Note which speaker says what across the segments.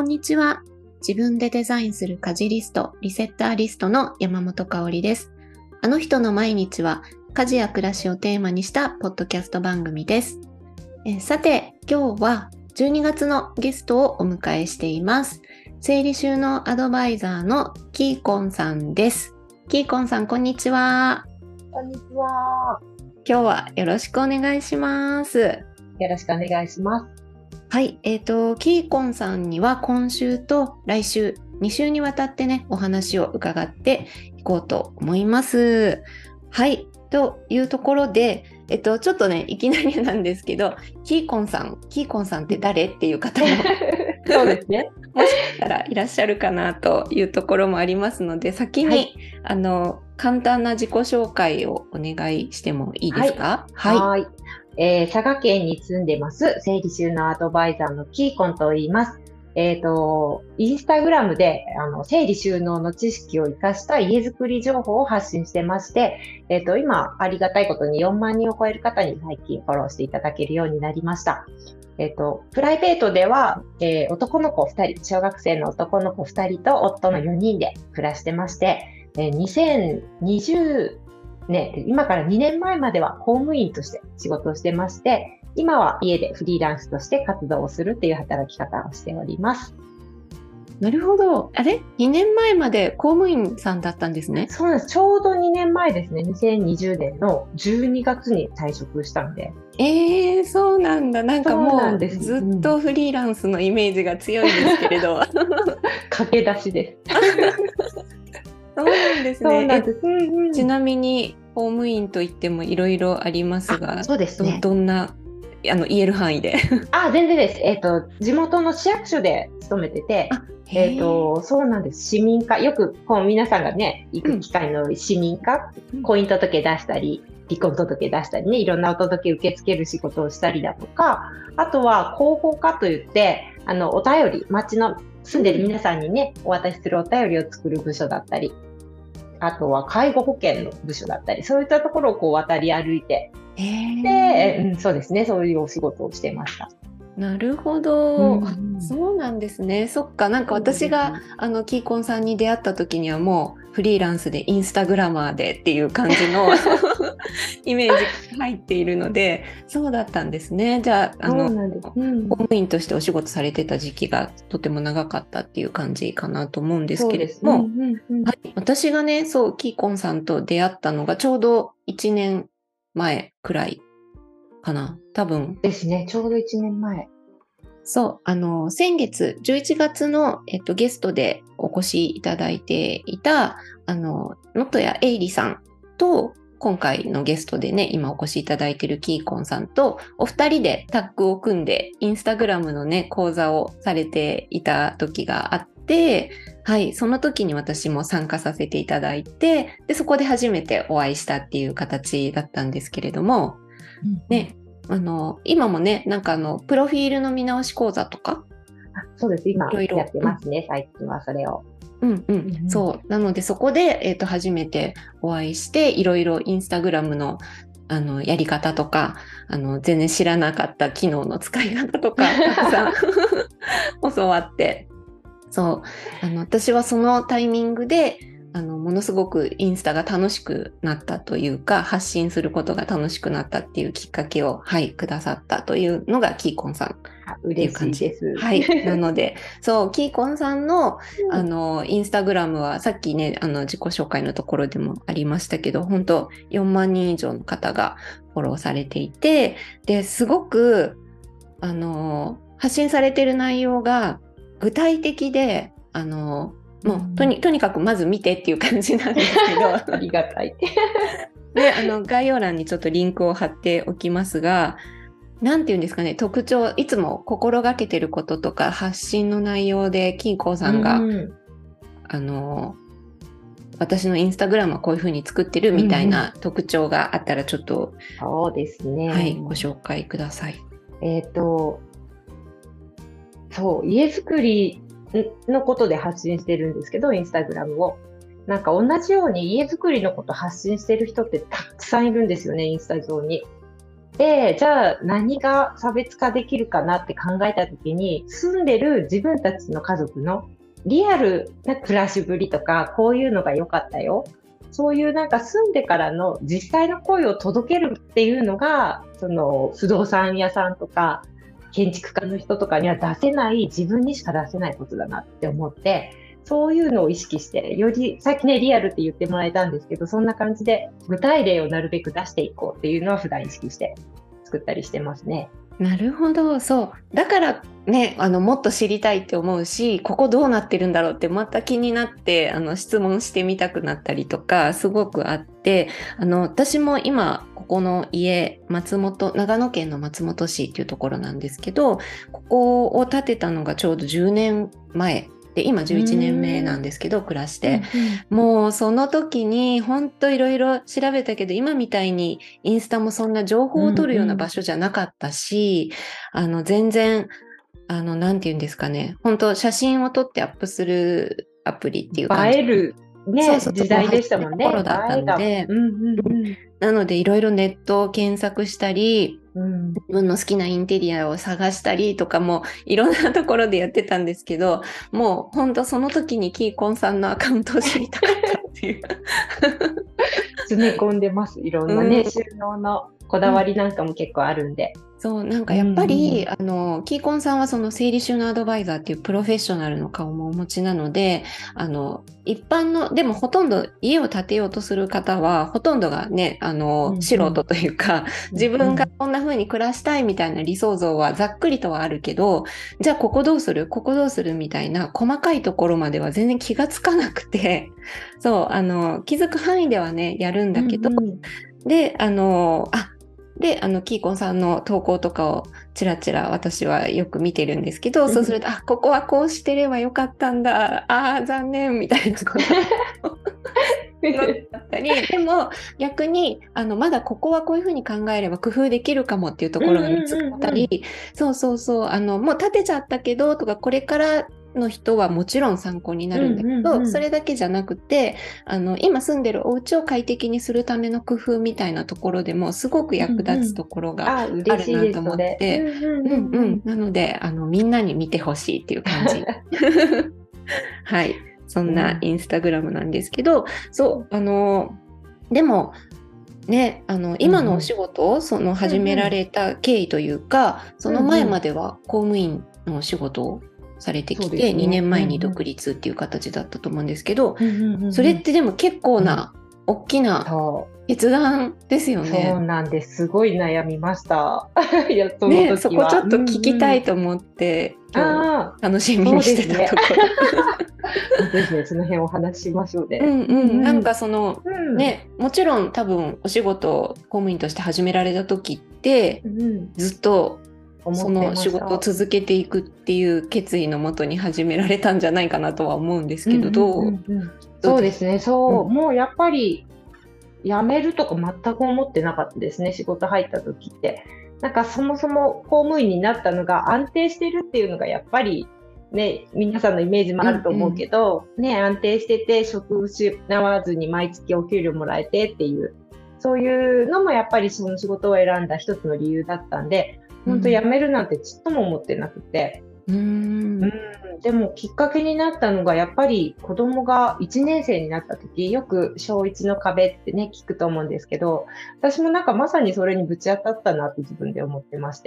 Speaker 1: こんにちは。自分でデザインする家事リスト、リセッターリストの山本香織です。あの人の毎日は家事や暮らしをテーマにしたポッドキャスト番組です。さて、今日は12月のゲストをお迎えしています。整理収納アドバイザーのキーコンさんです。キーコンさん、こんにちは。
Speaker 2: こんにちは。
Speaker 1: 今日はよろしくお願いします。
Speaker 2: よろしくお願いします。
Speaker 1: はい、キーコンさんには今週と来週2週にわたってね、お話を伺っていこうと思います。はい、というところで、ちょっとね、いきなりなんですけど、キーコンさんって誰っていう方も
Speaker 2: そうですね。
Speaker 1: もしかしたらいらっしゃるかなというところもありますので、先に、簡単な自己紹介をお願いしてもいいですか？
Speaker 2: はい。佐賀県に住んでます、整理収納アドバイザーのキーコンと言います。インスタグラムで、整理収納の知識を活かした家づくり情報を発信してまして、今、ありがたいことに4万人を超える方に最近フォローしていただけるようになりました。プライベートでは、男の子2人、小学生の男の子2人と夫の4人で暮らしてまして、2020年、今から2年前までは公務員として仕事をしてまして、今は家でフリーランスとして活動をするという働き方をしております。
Speaker 1: なるほど。2年前まで公務員さんだったんですね。
Speaker 2: そうなんです。ちょうど2年前ですね。2020年の12月に退職したんで。
Speaker 1: そうなんだ。なんかもうずっとフリーランスのイメージが強いんですけれど。
Speaker 2: 駆け出しです。
Speaker 1: そうなんですね。ちなみに公務員といってもいろいろありますが、
Speaker 2: そうですね。
Speaker 1: どんな言える範囲で。
Speaker 2: 全然です。地元の市役所で勤めてて、そうなんです。市民課、よく皆さんがね、行く機会の市民課、婚姻届出したり、離婚届出したりね、いろんなお届け受け付ける仕事をしたりだとか、あとは広報課といって、お便り、町の住んでる皆さんにね、お渡しするお便りを作る部署だったり、あとは介護保険の部署だったり、そういったところを渡り歩いて、そうですね、そういうお仕事をしてました。
Speaker 1: なるほど、そうなんですね。そっか、なんか私がキーコンさんに出会った時にはもうフリーランスでインスタグラマーでっていう感じのイメージが入っているので、そうだったんですね。じゃあ公務員としてお仕事されてた時期がとても長かったっていう感じかなと思うんですけれども、私がね、キーコンさんと出会ったのがちょうど1年前くらいかな、多分
Speaker 2: ですね。ちょうど1年前。
Speaker 1: そう、先月11月の、ゲストでお越しいただいていた能登谷絵里さんと、今回のゲストでね、今お越しいただいているキーコンさんとお二人でタッグを組んでインスタグラムのね、講座をされていた時があって、はい、その時に私も参加させていただいて、でそこで初めてお会いしたっていう形だったんですけれども、ね、今もね、なんかプロフィールの見直し講座とか、
Speaker 2: そうです、今やってますね、最近はそれを。
Speaker 1: そうなのでそこで、初めてお会いして、いろいろインスタグラムのやり方とか、全然知らなかった機能の使い方とかたくさん教わって、そう私はそのタイミングでものすごくインスタが楽しくなったというか、発信することが楽しくなったっていうきっかけを、くださったというのがキーコンさんっていう感じ
Speaker 2: です。
Speaker 1: なので、キーコンさんの、インスタグラムはさっきね、自己紹介のところでもありましたけど、本当4万人以上の方がフォローされていて、ですごく、発信されている内容が具体的で、もうとにかくまず見てっていう感じなんですけど
Speaker 2: ありがたい
Speaker 1: で概要欄にちょっとリンクを貼っておきますが、なんていうんですかね、特徴、いつも心がけてることとか発信の内容でキーコンさんが、私のインスタグラムはこういう風に作ってるみたいな特徴があったらちょっと、
Speaker 2: そうですね、
Speaker 1: ご紹介ください。
Speaker 2: そう、家づくりのことで発信してるんですけど、インスタグラムを。なんか同じように家づくりのこと発信してる人ってたくさんいるんですよね、インスタ上に。 で、じゃあ何が差別化できるかなって考えたときに、住んでる自分たちの家族のリアルな暮らしぶりとか、こういうのが良かったよ。そういうなんか住んでからの実際の声を届けるっていうのが、その不動産屋さんとか建築家の人とかには出せない、自分にしか出せないことだなって思って、そういうのを意識して、より、さっきね、リアルって言ってもらえたんですけど、そんな感じで具体例をなるべく出していこうっていうのは普段意識して作ったりしてますね。
Speaker 1: なるほど、そう。だからね、もっと知りたいって思うし、ここどうなってるんだろうってまた気になって、質問してみたくなったりとか、すごくあって、私も今、ここの家、長野県の松本市っていうところなんですけど、ここを建てたのがちょうど10年前。で、今11年目なんですけど、暮らして。もうその時に本当いろいろ調べたけど、今みたいにインスタもそんな情報を取るような場所じゃなかったし、全然、なんて言うんですかね、本当写真を撮ってアップするアプリっていう感じ。
Speaker 2: 映える、ね、
Speaker 1: そうそう
Speaker 2: 時代でしたもんね。
Speaker 1: ところだったので、なのでいろいろネットを検索したり、自分の好きなインテリアを探したりとかもいろんなところでやってたんですけど、もう本当その時にキーコンさんのアカウントを知りたかったっていう
Speaker 2: 詰め込んでます。いろんなね、収納のこだわりなんかも結構あるんで。
Speaker 1: そう、なんかやっぱり、キーコンさんはその整理収納アドバイザーっていうプロフェッショナルの顔もお持ちなので、一般の、でもほとんど家を建てようとする方は、ほとんどがね、素人というか、自分がこんな風に暮らしたいみたいな理想像はざっくりとはあるけど、じゃあここどうするみたいな細かいところまでは全然気がつかなくて、そう、気づく範囲ではね、やるんだけど、で、キーコンさんの投稿とかをちらちら私はよく見てるんですけど、そうすると、ここはこうしてればよかったんだ、残念みたいなことだったり、でも逆にまだここはこういうふうに考えれば工夫できるかもっていうところが見つかったり、もう建てちゃったけどとか、これからの人はもちろん参考になるんだけど、それだけじゃなくて今住んでるお家を快適にするための工夫みたいなところでもすごく役立つところがあるなと思って、なのでみんなに見てほしいっていう感じはい、そんなインスタグラムなんですけど、でもね、今のお仕事を始められた経緯というか、その前までは公務員のお仕事をされてきて、2年前に独立っていう形だったと思うんですけど、それってでも結構な大きな決断ですよね。
Speaker 2: そうなんです。すごい悩みました。
Speaker 1: そこちょっと聞きたいと思って、今日楽しみにしてたところ。
Speaker 2: そうですね。その辺お話しましょうね。
Speaker 1: なんかもちろん多分お仕事公務員として始められた時って、ずっとその仕事を続けていくっていう決意のもとに始められたんじゃないかなとは思うんですけど、
Speaker 2: そうですね。もうやっぱり辞めるとか全く思ってなかったですね。仕事入った時って。なんかそもそも公務員になったのが安定してるっていうのがやっぱりね、皆さんのイメージもあると思うけど、安定してて職を失わずに毎月お給料もらえてっていう、そういうのもやっぱりその仕事を選んだ一つの理由だったんで、本当辞めるなんてちっとも思ってなくて、でもきっかけになったのがやっぱり子供が1年生になった時、よく小1の壁ってね聞くと思うんですけど、私もなんかまさにそれにぶち当たったなって自分で思ってまして。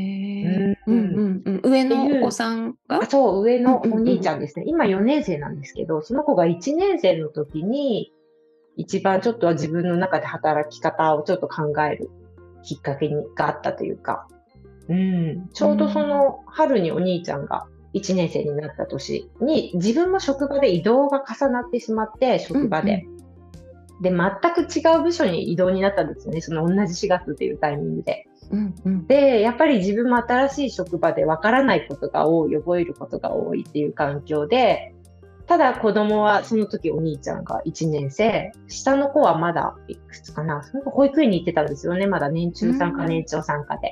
Speaker 1: 上のお子さんが？
Speaker 2: そう、上のお兄ちゃんですね。今4年生なんですけど、その子が1年生の時に一番ちょっとは自分の中で働き方をちょっと考えるきっかけがあったというか、ちょうどその春にお兄ちゃんが1年生になった年に自分も職場で移動が重なってしまって、職場で。で、全く違う部署に移動になったんですよね。その同じ4月っていうタイミングで。で、やっぱり自分も新しい職場でわからないことが多い、覚えることが多いっていう環境で、ただ子供はその時お兄ちゃんが1年生、下の子はまだいくつかな、その子保育園に行ってたんですよね。まだ年中参加、年長参加で。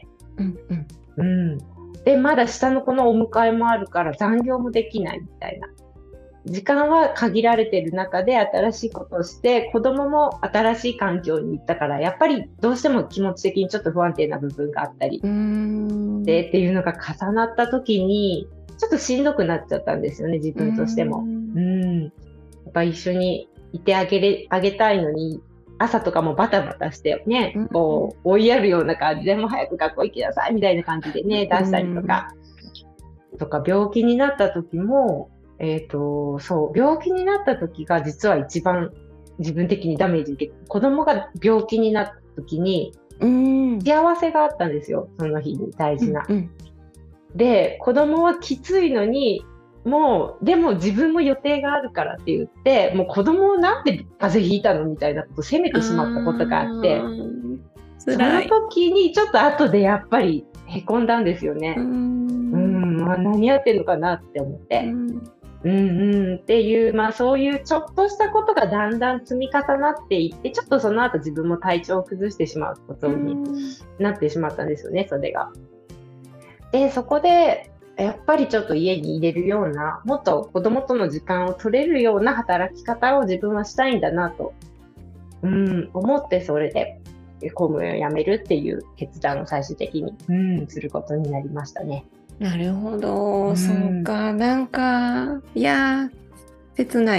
Speaker 2: で、まだ下の子のお迎えもあるから残業もできないみたいな。 時間は限られてる中で新しいことをして、子供も新しい環境に行ったから、やっぱりどうしても気持ち的にちょっと不安定な部分があったりでっていうのが重なった時に、ちょっとしんどくなっちゃったんですよね、自分としても。やっぱ一緒にいてあげたいのに、朝とかもバタバタしてね、こう追いやるような感じで、もう早く学校行きなさいみたいな感じでね、出したりとか、病気になった時も、そう、病気になった時が実は一番自分的にダメージ受けて、子供が病気になった時に、幸せがあったんですよ、その日に大事な。で、子供はきついのに、でも自分も予定があるからって言って、もう子供をなんで風邪ひいたのみたいなことを責めてしまったことがあって、その時にちょっと後でやっぱりへこんだんですよね。何やってんのかなって思って。っていう、そういうちょっとしたことがだんだん積み重なっていって、ちょっとその後自分も体調を崩してしまうことになってしまったんですよね、それが。で、そこで、やっぱりちょっと家に入れるような、もっと子供との時間を取れるような働き方を自分はしたいんだなと、思って、それで公務員を辞めるっていう決断を最終的に、することになりましたね。
Speaker 1: なるほど、そうか、なんか、いや、切ない。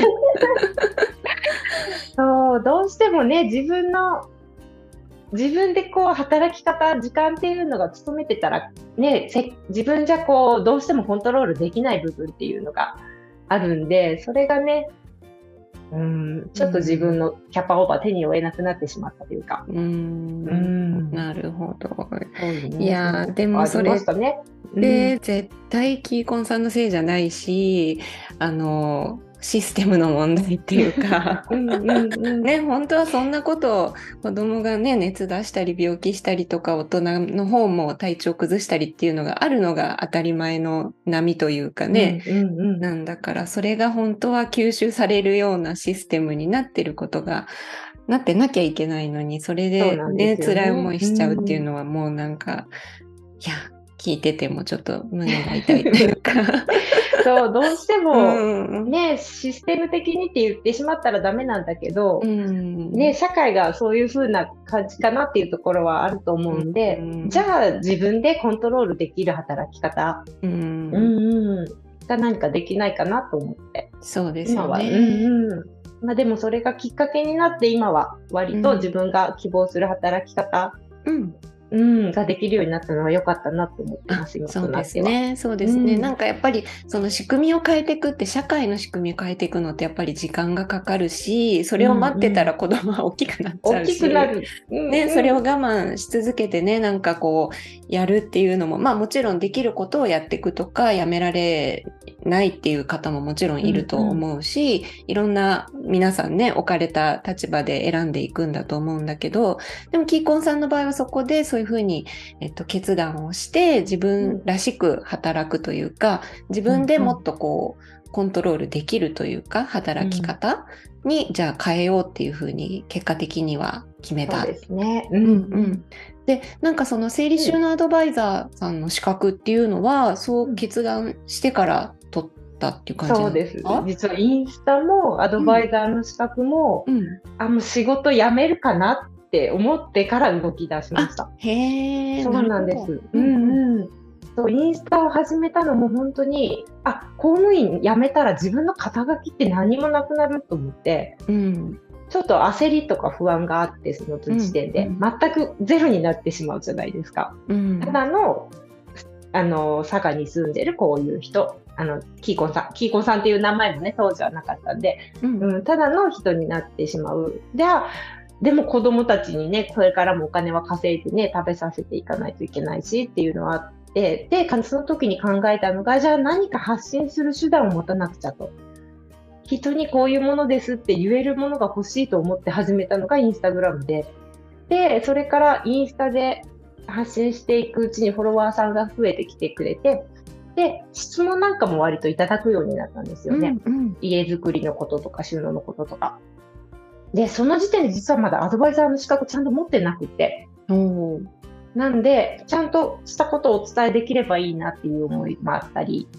Speaker 2: そう、どうしてもね、自分でこう働き方、時間っていうのが勤めてたら、ね、自分じゃこう、どうしてもコントロールできない部分っていうのがあるんで、それがね、ちょっと自分のキャパオーバー手に負えなくなってしまったというか。
Speaker 1: なるほど。いや、でもそれ
Speaker 2: で、
Speaker 1: 絶対キーコンさんのせいじゃないし、システムの問題っていうかね、本当はそんなことを子供がね、熱出したり病気したりとか、大人の方も体調崩したりっていうのがあるのが当たり前の波というかね、なんだから、それが本当は吸収されるようなシステムになってることがなってなきゃいけないのに、それでね、辛い思いしちゃうっていうのはもうなんか、いや、聞いててもちょっと胸が痛いというか
Speaker 2: そう、どうしてもね、システム的にって言ってしまったらダメなんだけど、ね、社会がそういう風な感じかなっていうところはあると思うんで、じゃあ自分でコントロールできる働き方、が何かできないかなと思って。
Speaker 1: そうですよね。
Speaker 2: 今は、でもそれがきっかけになって、今は割と自分が希望する働き方、ができるようになったのは良かったなと思ってます。
Speaker 1: そうですね。そうですね。なんかやっぱりその仕組みを変えていくって、社会の仕組みを変えていくのってやっぱり時間がかかるし、それを待ってたら子供は大きくなっちゃうし、
Speaker 2: 大きくなる。
Speaker 1: ね、それを我慢し続けてね、なんかこうやるっていうのも、もちろんできることをやっていくとか、やめられないっていう方ももちろんいると思うし、いろんな皆さんね、置かれた立場で選んでいくんだと思うんだけど、でもキーコンさんの場合はそこでそういうふうに、決断をして自分らしく働くというか、自分でもっとこうコントロールできるというか、働き方にじゃあ変えようっていうふうに結果的には決めた。
Speaker 2: そうですね。
Speaker 1: で、なんかその生理収納アドバイザーさんの資格っていうのは、そう決断してから取ったっていう感じなんですか？
Speaker 2: そうです。実はインスタもアドバイザーの資格も、もう仕事辞めるかなって思ってから動き出しました。
Speaker 1: へー、
Speaker 2: そうなんです。そう、インスタを始めたのも本当に、公務員辞めたら自分の肩書きって何もなくなると思って、ちょっと焦りとか不安があって、その時点で、全くゼロになってしまうじゃないですか。ただの、佐賀に住んでるこういう人、キーコンさんっていう名前もね、当時はなかったんで、ただの人になってしまう。でも子供たちにね、これからもお金は稼いでね、食べさせていかないといけないしっていうのはあって、で、その時に考えたのが、じゃあ何か発信する手段を持たなくちゃと。人にこういうものですって言えるものが欲しいと思って始めたのがインスタグラムで、それからインスタで発信していくうちにフォロワーさんが増えてきてくれて、で、質問なんかも割といただくようになったんですよね。家づくりのこととか収納のこととか。で、その時点で実はまだアドバイザーの資格ちゃんと持ってなくて。なんで、ちゃんとしたことをお伝えできればいいなっていう思いもあったり、あ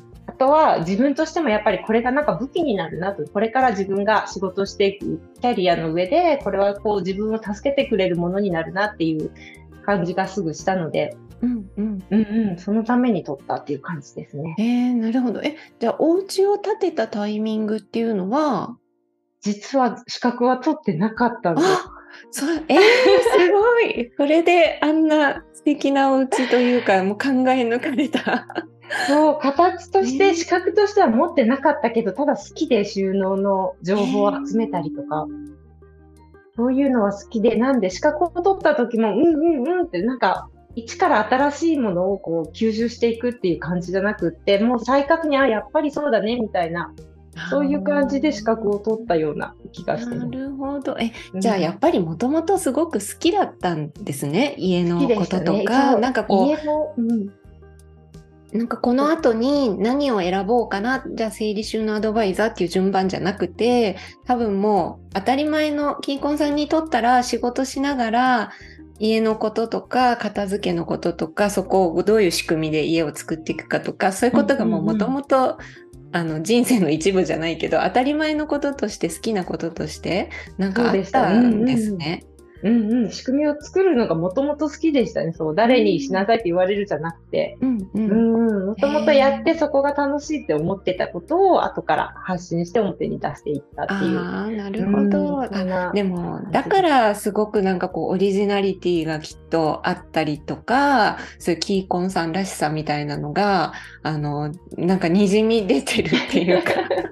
Speaker 2: ことは自分としてもやっぱりこれがなんか武器になるなと、これから自分が仕事していくキャリアの上でこれはこう自分を助けてくれるものになるなっていう感じがすぐしたので、そのために取ったっていう感じですね。
Speaker 1: なるほど。じゃあお家を建てたタイミングっていうのは、
Speaker 2: 実は資格は取ってなかったんです。
Speaker 1: すごい。それであんな素敵なお家というか、もう考え抜かれた。
Speaker 2: そう、形として、資格としては持ってなかったけど、ただ好きで収納の情報を集めたりとか、そういうのは好きで、なんで資格を取った時も、ってなんか、一から新しいものをこう吸収していくっていう感じじゃなくって、もう再確認、やっぱりそうだね、みたいな、そういう感じで資格を取ったような気がしてます。
Speaker 1: なるほど。じゃあやっぱりもともとすごく好きだったんですね、家のこととか。なんかこう、なんかこの後に何を選ぼうかな、じゃあ整理収納アドバイザーっていう順番じゃなくて、多分もう当たり前のキーコンさんにとったら仕事しながら家のこととか片付けのこととか、そこをどういう仕組みで家を作っていくかとか、そういうことがもともと人生の一部じゃないけど当たり前のこととして好きなこととしてなんかあったんですね。
Speaker 2: 仕組みを作るのがもともと好きでしたね。そう、誰にしなさいって言われるじゃなくて、もともとやってそこが楽しいって思ってたことを後から発信して表に出していったっていう。
Speaker 1: なるほど。でもだからすごくなんかこうオリジナリティがきっとあったりとか、そういうキーコンさんらしさみたいなのがなんかにじみ出てるっていうか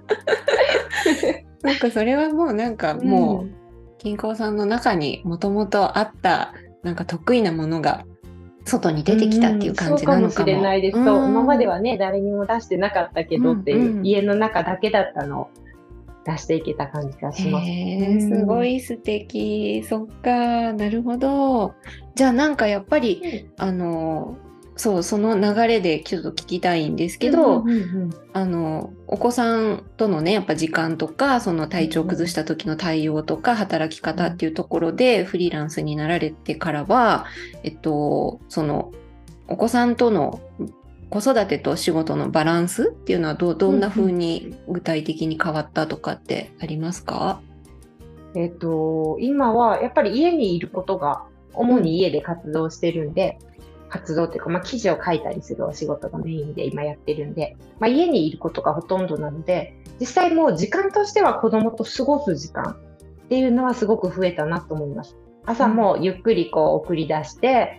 Speaker 1: なんかそれはもうなんかもう、金光さんの中にもともとあったなんか得意なものが外に出てきたっていう感じなのかも。
Speaker 2: そうかもしれないです。今まではね、誰にも出してなかったけどっていう、家の中だけだったのを出していけた感じがします。
Speaker 1: すごい素敵。そっか、なるほど。じゃあなんかやっぱり、その流れでちょっと聞きたいんですけど、お子さんとのねやっぱ時間とか、その体調を崩した時の対応とか働き方っていうところでフリーランスになられてからは、そのお子さんとの子育てと仕事のバランスっていうのはどんな風に具体的に変わったとかってありますか？
Speaker 2: 今はやっぱり家にいることが主に家で活動してるんで、活動っていうか、記事を書いたりするお仕事がメインで今やってるんで、家にいることがほとんどなので、実際もう時間としては子供と過ごす時間っていうのはすごく増えたなと思います。朝もゆっくりこう送り出して、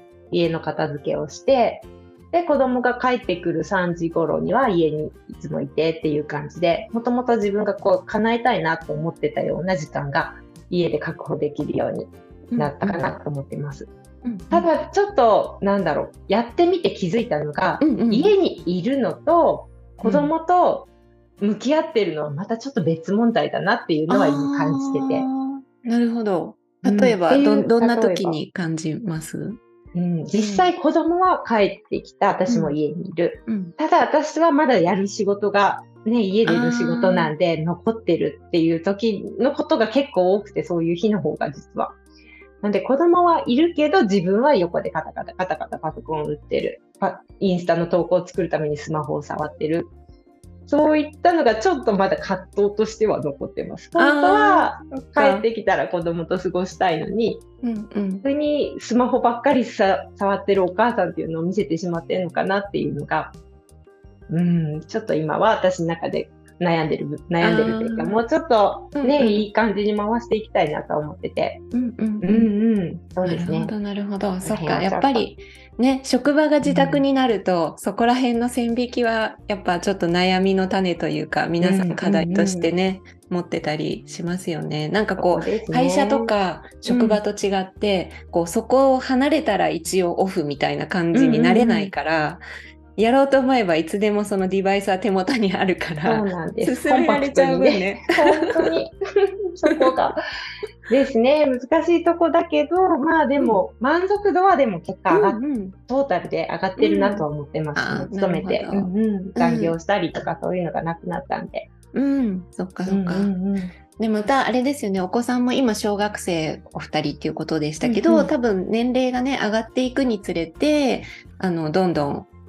Speaker 2: 家の片付けをして、で、子供が帰ってくる3時頃には家にいつもいてっていう感じで、もともと自分がこう叶えたいなと思ってたような時間が家で確保できるようになったかなと思ってます。ただちょっとやってみて気づいたのが、家にいるのと子供と向き合ってるのはまたちょっと別問題だなっていうのは今感じてて。
Speaker 1: なるほど。例えば、どんな時に感じます？
Speaker 2: 実際子供は帰ってきた、私も家にいる。ただ私はまだやる仕事がね、家での仕事なんで残ってるっていう時のことが結構多くて、そういう日の方が実は。なんで子供はいるけど自分は横でカタカタパソコンを打ってる。インスタの投稿を作るためにスマホを触ってる。そういったのがちょっとまだ葛藤としては残ってます。本当は帰ってきたら子供と過ごしたいのに、普通にスマホばっかり触ってるお母さんっていうのを見せてしまってるのかなっていうのが、ちょっと今は私の中で悩んでるというか、もうちょっとね、いい感じに回していきたいなと思ってて。そうですね。
Speaker 1: なるほど。そっか、やっぱりね、職場が自宅になると、そこら辺の線引きはやっぱちょっと悩みの種というか、皆さん課題としてね、持ってたりしますよね。なんかこう、会社とか職場と違って、こうそこを離れたら一応オフみたいな感じになれないから、やろうと思えばいつでもそのデバイスは手元にあるから進められちゃう分ね。
Speaker 2: 本当にそこがですね、難しいとこだけど、でも満足度はでも結果トータルで上がってるなとは思ってます。勤めて、残業したりとかそういうのがなくなったんで。
Speaker 1: そっかそっか。でまたあれですよね、お子さんも今小学生お二人っていうことでしたけど、多分年齢がね上がっていくにつれてどんどん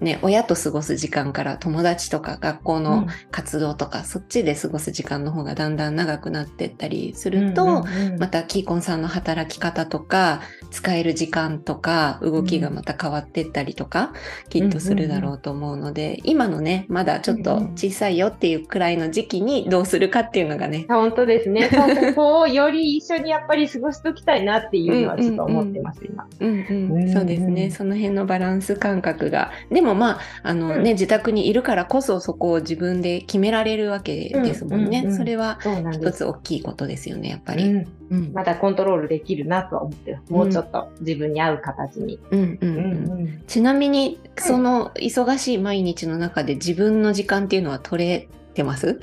Speaker 1: ね、親と過ごす時間から友達とか学校の活動とか、そっちで過ごす時間の方がだんだん長くなってったりすると、またキーコンさんの働き方とか使える時間とか動きがまた変わってったりとか、きっとするだろうと思うので、今のねまだちょっと小さいよっていうくらいの時期にどうするかっていうのがね、
Speaker 2: 本当ですね。そう、ここをより一緒にやっぱり過ごしておきたいなっていうのはちょっと思ってます、今。
Speaker 1: そうですね。その辺のバランス感覚が。でもまあ、自宅にいるからこそそこを自分で決められるわけですもんね。それは一つ大きいことですよね、やっぱり。
Speaker 2: まだコントロールできるなとは思ってます。もうちょっと自分に合う形に。
Speaker 1: ちなみに、その忙しい毎日の中で自分の時間っていうのは取れてます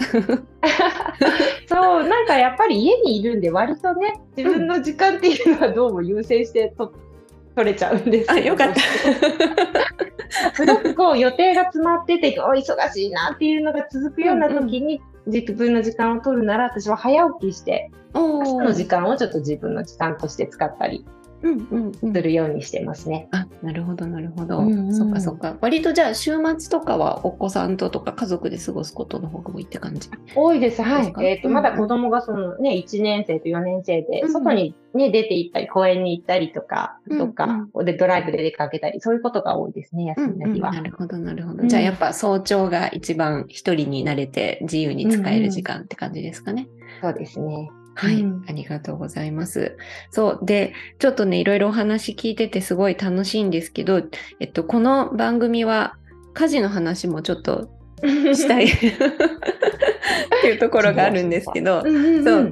Speaker 2: そう、なんかやっぱり家にいるんで割とね、自分の時間っていうのはどうも優先して取れちゃうんですけど。
Speaker 1: あ、よかった。
Speaker 2: すごくこう予定が詰まってて、忙しいなっていうのが続くような時に、自分の時間を取るなら、私は早起きして、朝の時間をちょっと自分の時間として使ったりするようにしてますね。
Speaker 1: あ、なるほど、なるほど。そっかそっか。割とじゃあ週末とかはお子さんとか家族で過ごすことの方が多いって感じ？
Speaker 2: 多いです。はい。まだ子供がそのね、1年生と4年生で、外にね、出て行ったり、公園に行ったりとか、でドライブで出かけたり、そういうことが多いですね、休みの日は。
Speaker 1: なるほど、なるほど。じゃあやっぱ早朝が一番一人になれて自由に使える時間って感じですかね。
Speaker 2: そうですね。
Speaker 1: はい、ありがとうございます。そう。で、ちょっとね、いろいろお話聞いててすごい楽しいんですけど、この番組は家事の話もちょっとしたいっていうところがあるんですけど、そう、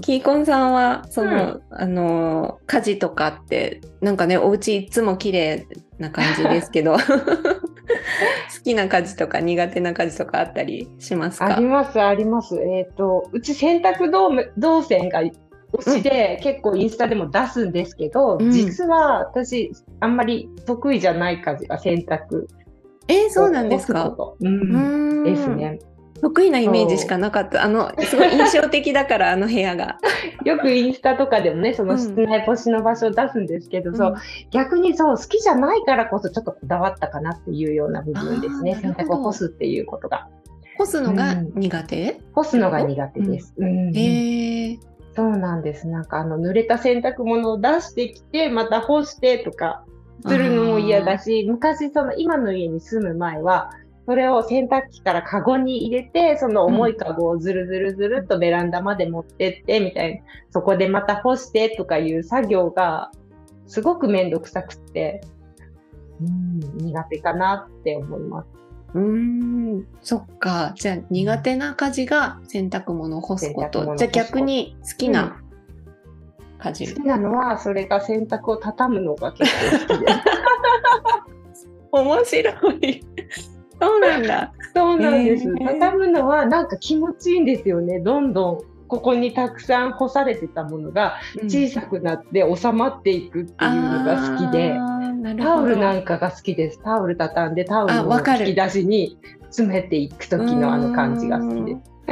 Speaker 1: キーコンさんは、家事とかって、なんかね、お家いつも綺麗な感じですけど、好きな家事とか苦手な家事とかあったりしますか？
Speaker 2: あります、あります。うち洗濯動線が推しで、結構インスタでも出すんですけど、実は私、あんまり得意じゃない家事が洗濯。
Speaker 1: そうなんですか？
Speaker 2: ですね。
Speaker 1: 得意なイメージしかなかった。すごい印象的だから、部屋が。
Speaker 2: よくインスタとかでもね、その室内干しの場所を出すんですけど、逆にそう、好きじゃないからこそちょっとこだわったかなっていうような部分ですね。洗濯を干すっていうことが。
Speaker 1: 干すのが苦手？
Speaker 2: 干すのが苦手です。そうなんです。なんか濡れた洗濯物を出してきて、また干してとかするのも嫌だし、昔今の家に住む前は、それを洗濯機からカゴに入れて、その重いカゴをずるずるずるっとベランダまで持ってって、みたいな、そこでまた干してとかいう作業がすごくめんどくさくって、苦手かなって思います。
Speaker 1: そっか。じゃあ苦手な家事が洗濯物を干すこと。じゃあ逆に好きな家事。
Speaker 2: 好きなのは、それが洗濯を畳むのが結構好きです。
Speaker 1: 面白い。そうなんだ。
Speaker 2: そうなんです。畳むのはなんか気持ちいいんですよね。どんどんここにたくさん干されてたものが小さくなって収まっていくっていうのが好きで、タオルなんかが好きです。タオル畳んでタオルの引き出しに詰めていく時の感じが好きです。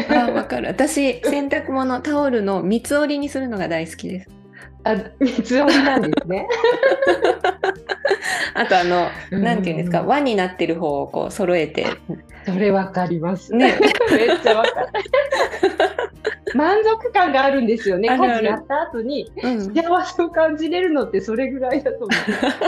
Speaker 1: わかる。私、洗濯物、タオルの三つ折りにするのが大好きです。
Speaker 2: 三つ折りなんですね。
Speaker 1: あとなんていうんですか、輪になってる方をこう揃えて。
Speaker 2: それわかりますね。めっちゃわかる。満足感があるんですよね。家事やった後に幸せを感じれるのってそれぐらいだと思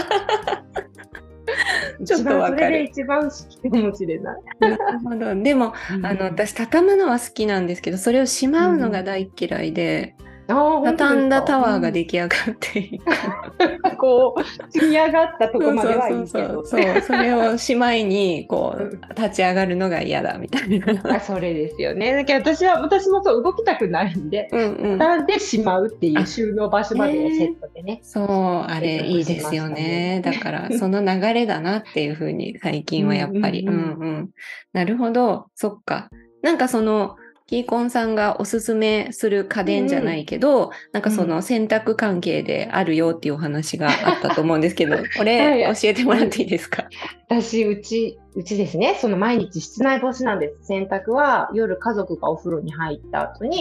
Speaker 2: う。
Speaker 1: ちょっとわかる。
Speaker 2: それで一番好きかもしれない。
Speaker 1: なるほど。でも、私畳むのは好きなんですけど、それをしまうのが大嫌いで、畳んだタワーが出来上がっていく。
Speaker 2: こう積み上がったとこまではいいけど、
Speaker 1: それをしまいにこう立ち上がるのが嫌だみたいな。
Speaker 2: それですよね。だけど私もそう動きたくないんで、畳んでしまうっていう収納場所までセットでね。
Speaker 1: そうあれいいですよね。だからその流れだなっていう風に最近はやっぱり。なるほど。そっか。なんかキーコンさんがおすすめする家電じゃないけど、なんか洗濯関係であるよっていうお話があったと思うんですけど、これ教えてもらっていいですか？
Speaker 2: 私、うちですね、毎日室内干しなんです。洗濯は夜家族がお風呂に入った後に、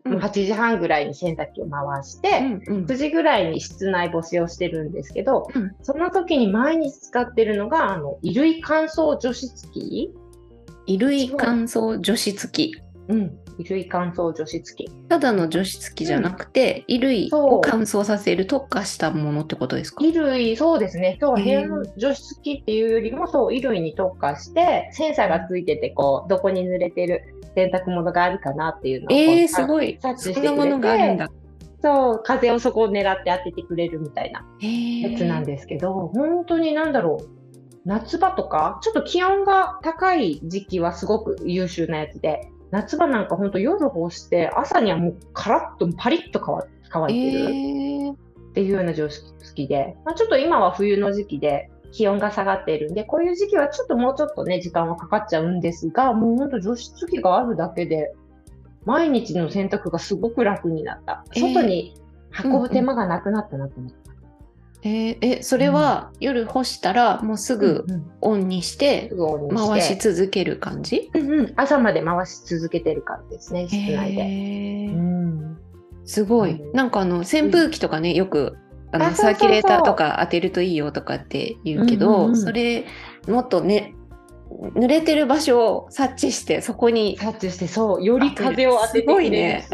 Speaker 2: もう8時半ぐらいに洗濯機を回して、9時ぐらいに室内干しをしてるんですけど、その時に毎日使ってるのが、衣類乾燥除湿機。
Speaker 1: 衣類乾燥除湿機。
Speaker 2: 衣類乾燥除湿機。
Speaker 1: ただの除湿機じゃなくて、衣類を乾燥させる特化したものってことですか？
Speaker 2: 衣類、そうですね。今日は部屋の除湿機っていうよりも、衣類に特化して、センサーがついてて、どこに濡れてる洗濯物があるかなっていうのを、
Speaker 1: すごい。
Speaker 2: 察知してくれて、
Speaker 1: そんなものがあるんだ。
Speaker 2: そう、風をそこを狙って当ててくれるみたいなやつなんですけど、本当に夏場とか、ちょっと気温が高い時期はすごく優秀なやつで、夏場なんか本当夜干して、朝にはもうカラッとパリッと乾いてるっていうような除湿機で、ちょっと今は冬の時期で気温が下がっているんで、こういう時期はもうちょっとね、時間はかかっちゃうんですが、もう本当除湿機があるだけで、毎日の洗濯がすごく楽になった。外に運ぶ手間がなくなったなと思った。
Speaker 1: それは夜干したらもうすぐオンにして回し続ける感じ？
Speaker 2: 朝まで回し続けてる感じですね、室内で。
Speaker 1: すごい。なんか扇風機とかね、よくサーキュレーターとか当てるといいよとかって言うけど、それもっとね、濡れてる場所を察知して、そこに
Speaker 2: そうより風を当ててくれるし、すごいね。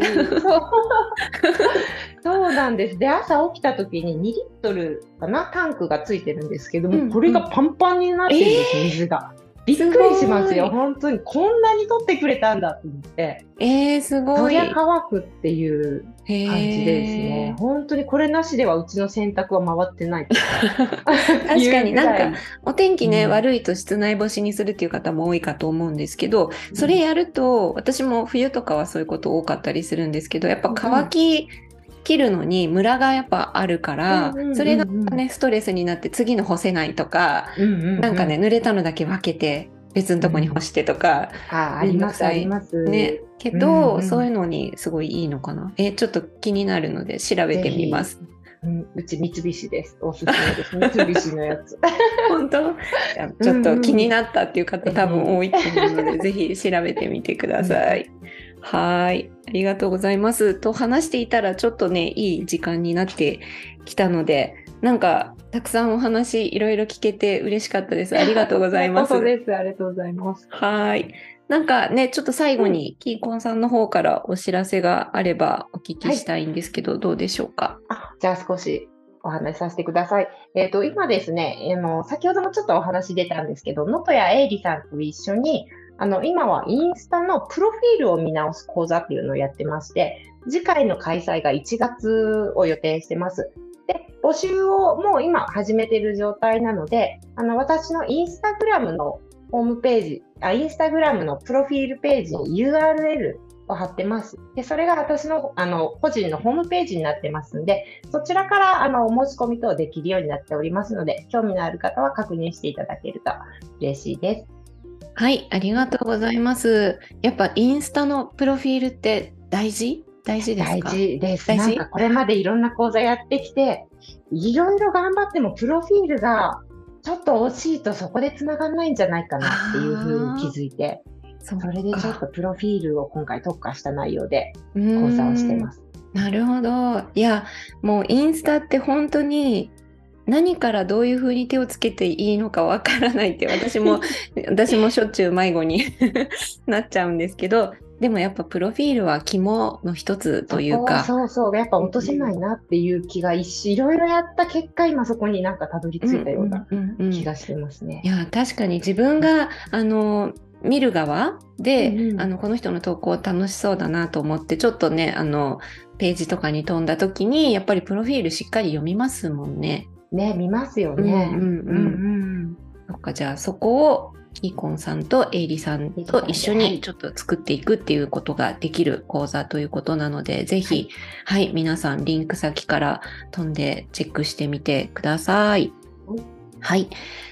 Speaker 2: そうなんです。で、朝起きた時に2リットルかな、タンクがついてるんですけども、これがパンパンになってるんです、水が。びっくりしますよ、本当に。こんなに取ってくれたんだと思って。
Speaker 1: すごい。
Speaker 2: そりゃ乾くっていう感じですね。本当にこれなしではうちの洗濯は回ってない。
Speaker 1: 確かになんかお天気ね、悪いと室内干しにするっていう方も多いかと思うんですけど、それやると、私も冬とかはそういうこと多かったりするんですけど、やっぱ乾き切るのにムラがやっぱあるから、それがね、ストレスになって次の干せないとか、なんかね、濡れたのだけ分けて別のとこに干してとか、
Speaker 2: ありますあります
Speaker 1: ね。けど、そういうのにすごいいいのかな。ちょっと気になるので調べてみます。
Speaker 2: うち三菱です。おすすめです。三菱のやつ。
Speaker 1: 本当？ちょっと気になったっていう方多分多いと思うので、ぜひ調べてみてください。はい、ありがとうございます。と話していたらちょっとね、いい時間になってきたので、なんかたくさんお話いろいろ聞けて嬉しかったです。ありがとうございます。
Speaker 2: そうです。ありがとうございます。
Speaker 1: はい。なんかね、ちょっと最後にキーコンさんの方からお知らせがあればお聞きしたいんですけど、どうでしょうか？
Speaker 2: じゃあ少しお話しさせてください。今ですね、先ほどもちょっとお話出たんですけど、能登谷英里さんと一緒に、今はインスタのプロフィールを見直す講座っていうのをやってまして、次回の開催が1月を予定してます。で、募集をもう今始めている状態なので、私のインスタグラムのホームページ、インスタグラムのプロフィールページに URL を貼ってます。で、それが私の、個人のホームページになってますんで、そちらからお申し込み等できるようになっておりますので、興味のある方は確認していただけると嬉しいです。
Speaker 1: はい、ありがとうございます。やっぱインスタのプロフィールって大事ですか？
Speaker 2: 大事です。なんかこれまでいろんな講座やってきて、いろいろ頑張ってもプロフィールがちょっと惜しいとそこでつながんないんじゃないかなっていうふうに気づいて、それでちょっとプロフィールを今回特化した内容で講座をしてます。
Speaker 1: なるほど。いや、もうインスタって本当に何からどういうふうに手をつけていいのかわからないって私もしょっちゅう迷子になっちゃうんですけど、でもやっぱプロフィールは肝の一つというか、
Speaker 2: そうやっぱ落とせないなっていう気がいろいろやった結果、今そこになんかたどり着いたような気がしてますね。
Speaker 1: いや、確かに自分が見る側で、この人の投稿楽しそうだなと思ってちょっとね、ページとかに飛んだ時にやっぱりプロフィールしっかり読みますもんね。
Speaker 2: ね、見ますよね。
Speaker 1: そっか、じゃあそこをキーコンさんとエイリさんと一緒にちょっと作っていくっていうことができる講座ということなので、ぜひ、はい、皆さんリンク先から飛んでチェックしてみてください。はい。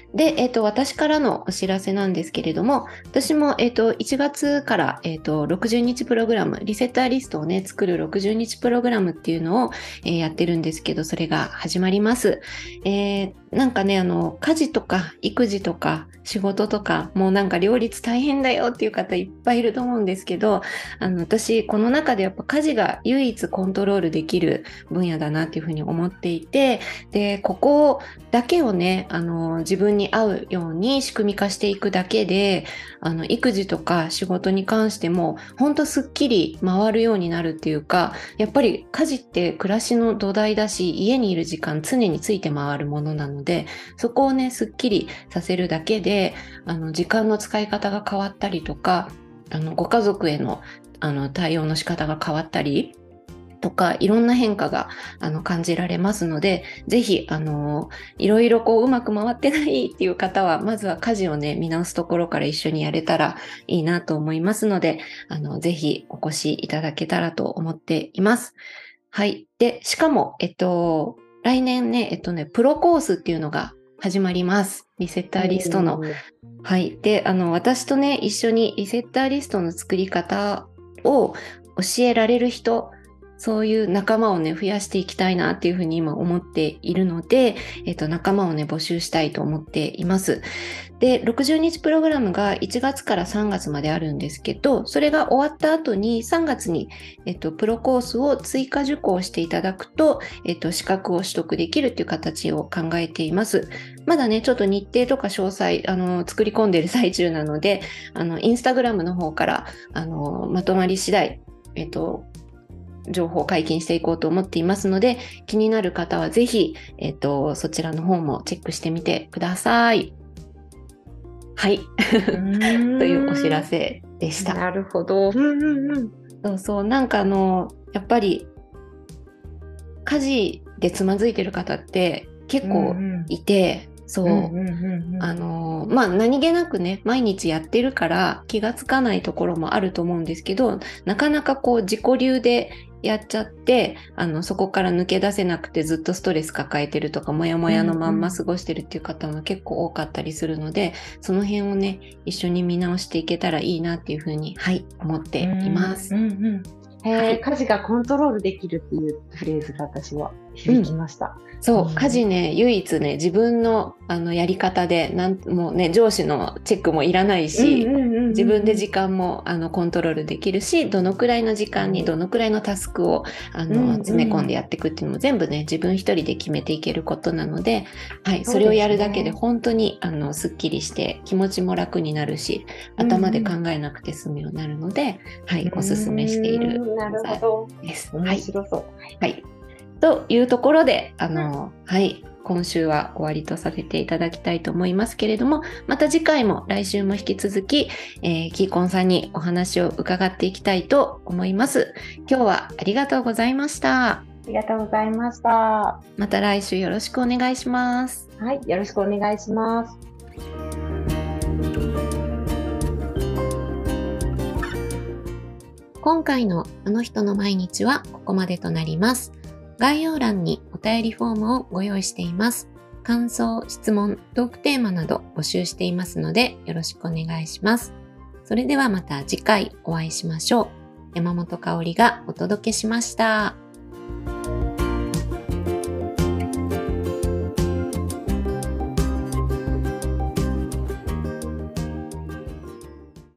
Speaker 1: で、私からのお知らせなんですけれども、私も、1月から、60日プログラム、リセッターリストをね、作る60日プログラムっていうのを、やってるんですけど、それが始まります。なんかね、家事とか育児とか仕事とか、もうなんか両立大変だよっていう方いっぱいいると思うんですけど、私、この中でやっぱ家事が唯一コントロールできる分野だなっていうふうに思っていて、で、ここだけをね、自分に合うように仕組み化していくだけで、育児とか仕事に関しても、ほんとすっきり回るようになるっていうか、やっぱり家事って暮らしの土台だし、家にいる時間常について回るものなので、そこをね、すっきりさせるだけで、時間の使い方が変わったりとか、ご家族への、対応の仕方が変わったり、とかいろんな変化が感じられますので、ぜひいろいろこううまく回ってないっていう方は、まずは家事をね見直すところから一緒にやれたらいいなと思いますので、ぜひお越しいただけたらと思っています。はい。で、しかも来年ねプロコースっていうのが始まります。リセッターリストの。はい。で、私とね一緒にリセッターリストの作り方を教えられる人、そういう仲間をね、増やしていきたいなっていうふうに今思っているので、仲間をね、募集したいと思っています。で、60日プログラムが1月から3月まであるんですけど、それが終わった後に3月に、プロコースを追加受講していただくと、資格を取得できるっていう形を考えています。まだね、ちょっと日程とか詳細、作り込んでいる最中なので、インスタグラムの方から、まとまり次第、情報を解禁していこうと思っていますので、気になる方はぜひ、そちらの方もチェックしてみてください。はい。というお知らせでした。
Speaker 2: なるほど。
Speaker 1: そうそう。なんかやっぱり、家事でつまずいてる方って結構いて、そう。まあ何気なくね、毎日やってるから気がつかないところもあると思うんですけど、なかなかこう自己流でやっちゃって、そこから抜け出せなくてずっとストレス抱えてるとか、もやもやのまんま過ごしてるっていう方も結構多かったりするので、その辺をね、一緒に見直していけたらいいなっていうふうに、はい、思っています。
Speaker 2: 家事がコントロールできるっていうフレーズが私は響きました。
Speaker 1: そう、家事ね、唯一ね、自分のやり方で、もうね、上司のチェックもいらないし、自分で時間もコントロールできるし、どのくらいの時間にどのくらいのタスクを詰め込んでやっていくっていうのも全部ね、自分一人で決めていけることなので、はい、それをやるだけで本当にすっきりして気持ちも楽になるし、頭で考えなくて済むようになるので、はい、おすすめしているです。
Speaker 2: 面白そう。
Speaker 1: はい。というところで、はい、今週は終わりとさせていただきたいと思いますけれども、また次回も来週も引き続き、キーコンさんにお話を伺っていきたいと思います。今日はありがとうございました。
Speaker 2: ありがとうございました。
Speaker 1: また来週よろしくお願いします。
Speaker 2: はい、よろしくお願いします。
Speaker 1: 今回のあの人の毎日はここまでとなります。概要欄にお便りフォームをご用意しています。感想、質問、トークテーマなど募集していますのでよろしくお願いします。それではまた次回お会いしましょう。山本香織がお届けしました。